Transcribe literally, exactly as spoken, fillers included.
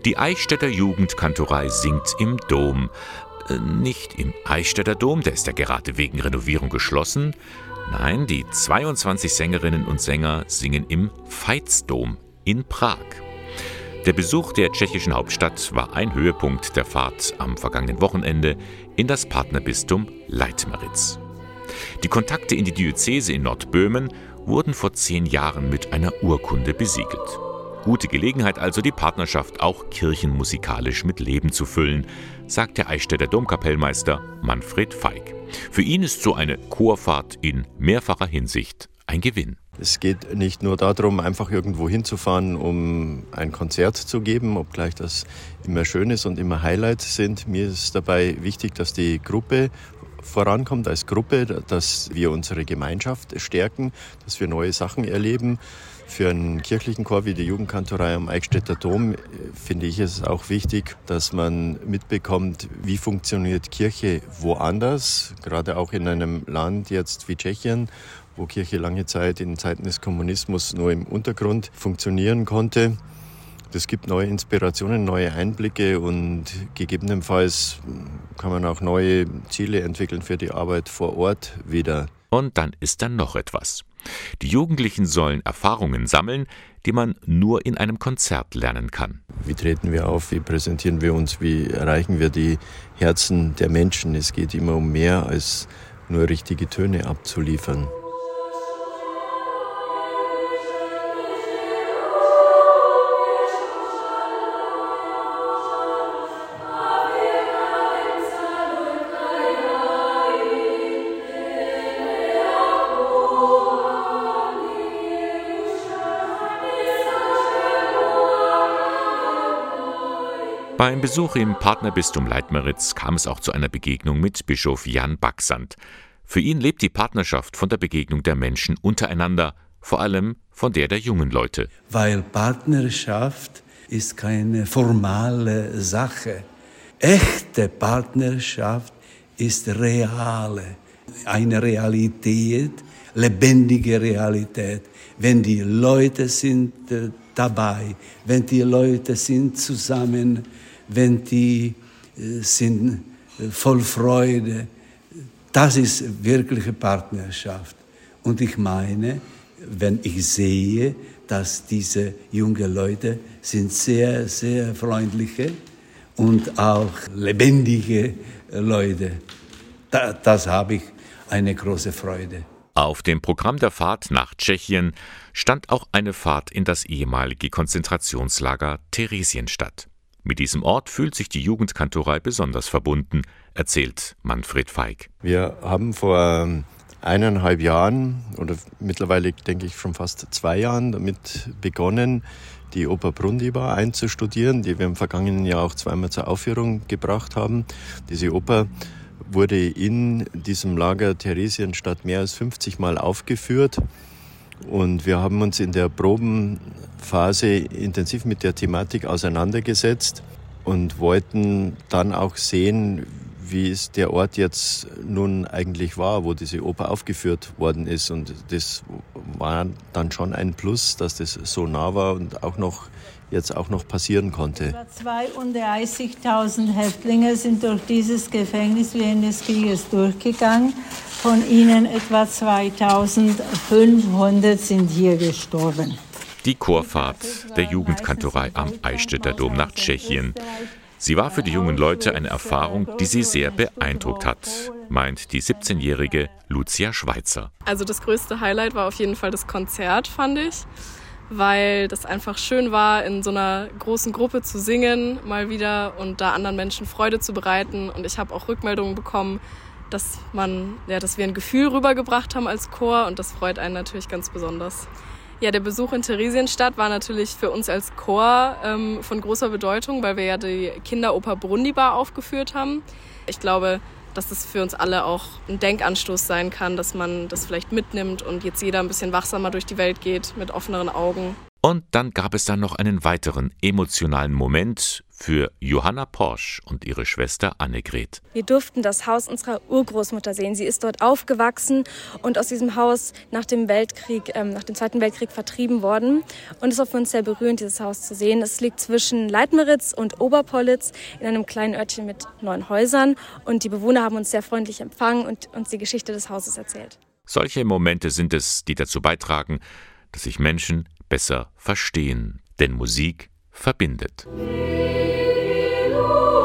Die Eichstätter Jugendkantorei singt im Dom. Äh, nicht im Eichstätter Dom, der ist ja gerade wegen Renovierung geschlossen. Nein, die zweiundzwanzig Sängerinnen und Sänger singen im Veitsdom in Prag. Der Besuch der tschechischen Hauptstadt war ein Höhepunkt der Fahrt am vergangenen Wochenende in das Partnerbistum Leitmeritz. Die Kontakte in die Diözese in Nordböhmen wurden vor zehn Jahren mit einer Urkunde besiegelt. Gute Gelegenheit also, die Partnerschaft auch kirchenmusikalisch mit Leben zu füllen, sagt der Eichstätter Domkapellmeister Manfred Feig. Für ihn ist so eine Chorfahrt in mehrfacher Hinsicht ein Gewinn. Es geht nicht nur darum, einfach irgendwo hinzufahren, um ein Konzert zu geben, obgleich das immer schön ist und immer Highlights sind. Mir ist dabei wichtig, dass die Gruppe vorankommt als Gruppe, dass wir unsere Gemeinschaft stärken, dass wir neue Sachen erleben. Für einen kirchlichen Chor wie die Jugendkantorei am Eichstätter Dom finde ich es auch wichtig, dass man mitbekommt, wie funktioniert Kirche woanders, gerade auch in einem Land jetzt wie Tschechien, wo Kirche lange Zeit in Zeiten des Kommunismus nur im Untergrund funktionieren konnte. Das gibt neue Inspirationen, neue Einblicke und gegebenenfalls kann man auch neue Ziele entwickeln für die Arbeit vor Ort wieder. Und dann ist da noch etwas. Die Jugendlichen sollen Erfahrungen sammeln, die man nur in einem Konzert lernen kann. Wie treten wir auf, wie präsentieren wir uns, wie erreichen wir die Herzen der Menschen? Es geht immer um mehr als nur richtige Töne abzuliefern. Beim Besuch im Partnerbistum Leitmeritz kam es auch zu einer Begegnung mit Bischof Jan Baxant. Für ihn lebt die Partnerschaft von der Begegnung der Menschen untereinander, vor allem von der der jungen Leute. Weil Partnerschaft ist keine formale Sache. Echte Partnerschaft ist reale, eine Realität, lebendige Realität. Wenn die Leute sind äh, dabei, wenn die Leute sind zusammen, wenn die äh, sind äh, voll Freude, das ist wirkliche Partnerschaft. Und ich meine, wenn ich sehe, dass diese jungen Leute sind sehr, sehr freundliche und auch lebendige Leute, da, das habe ich eine große Freude. Auf dem Programm der Fahrt nach Tschechien stand auch eine Fahrt in das ehemalige Konzentrationslager Theresienstadt. Mit diesem Ort fühlt sich die Jugendkantorei besonders verbunden, erzählt Manfred Feig. Wir haben vor eineinhalb Jahren oder mittlerweile denke ich schon fast zwei Jahren damit begonnen, die Oper Brundibar einzustudieren, die wir im vergangenen Jahr auch zweimal zur Aufführung gebracht haben. Diese Oper wurde in diesem Lager Theresienstadt mehr als fünfzig Mal aufgeführt und wir haben uns in der Probenphase intensiv mit der Thematik auseinandergesetzt und wollten dann auch sehen, wie es der Ort jetzt nun eigentlich war, wo diese Oper aufgeführt worden ist. Und das war dann schon ein Plus, dass das so nah war und auch noch jetzt auch noch passieren konnte. Etwa zweiunddreißigtausend Häftlinge sind durch dieses Gefängnis während des Krieges durchgegangen. Von ihnen etwa zweitausendfünfhundert sind hier gestorben. Die Chorfahrt der Jugendkantorei am Eichstätter Dom nach Tschechien. Sie war für die jungen Leute eine Erfahrung, die sie sehr beeindruckt hat, meint die siebzehnjährige Lucia Schweitzer. Also das größte Highlight war auf jeden Fall das Konzert, fand ich, weil das einfach schön war, in so einer großen Gruppe zu singen mal wieder und da anderen Menschen Freude zu bereiten. Und ich habe auch Rückmeldungen bekommen, dass man, ja, dass wir ein Gefühl rübergebracht haben als Chor und das freut einen natürlich ganz besonders. Ja, der Besuch in Theresienstadt war natürlich für uns als Chor ähm, von großer Bedeutung, weil wir ja die Kinderoper Brundibar aufgeführt haben. Ich glaube, dass das für uns alle auch ein Denkanstoß sein kann, dass man das vielleicht mitnimmt und jetzt jeder ein bisschen wachsamer durch die Welt geht mit offeneren Augen. Und dann gab es dann noch einen weiteren emotionalen Moment für Johanna Porsch und ihre Schwester Annegret. Wir durften das Haus unserer Urgroßmutter sehen. Sie ist dort aufgewachsen und aus diesem Haus nach dem Weltkrieg, ähm, nach dem Zweiten Weltkrieg vertrieben worden. Und es war für uns sehr berührend, dieses Haus zu sehen. Es liegt zwischen Leitmeritz und Oberpollitz in einem kleinen Örtchen mit neun Häusern. Und die Bewohner haben uns sehr freundlich empfangen und uns die Geschichte des Hauses erzählt. Solche Momente sind es, die dazu beitragen, dass sich Menschen besser verstehen. Denn Musik verbindet. Halleluja.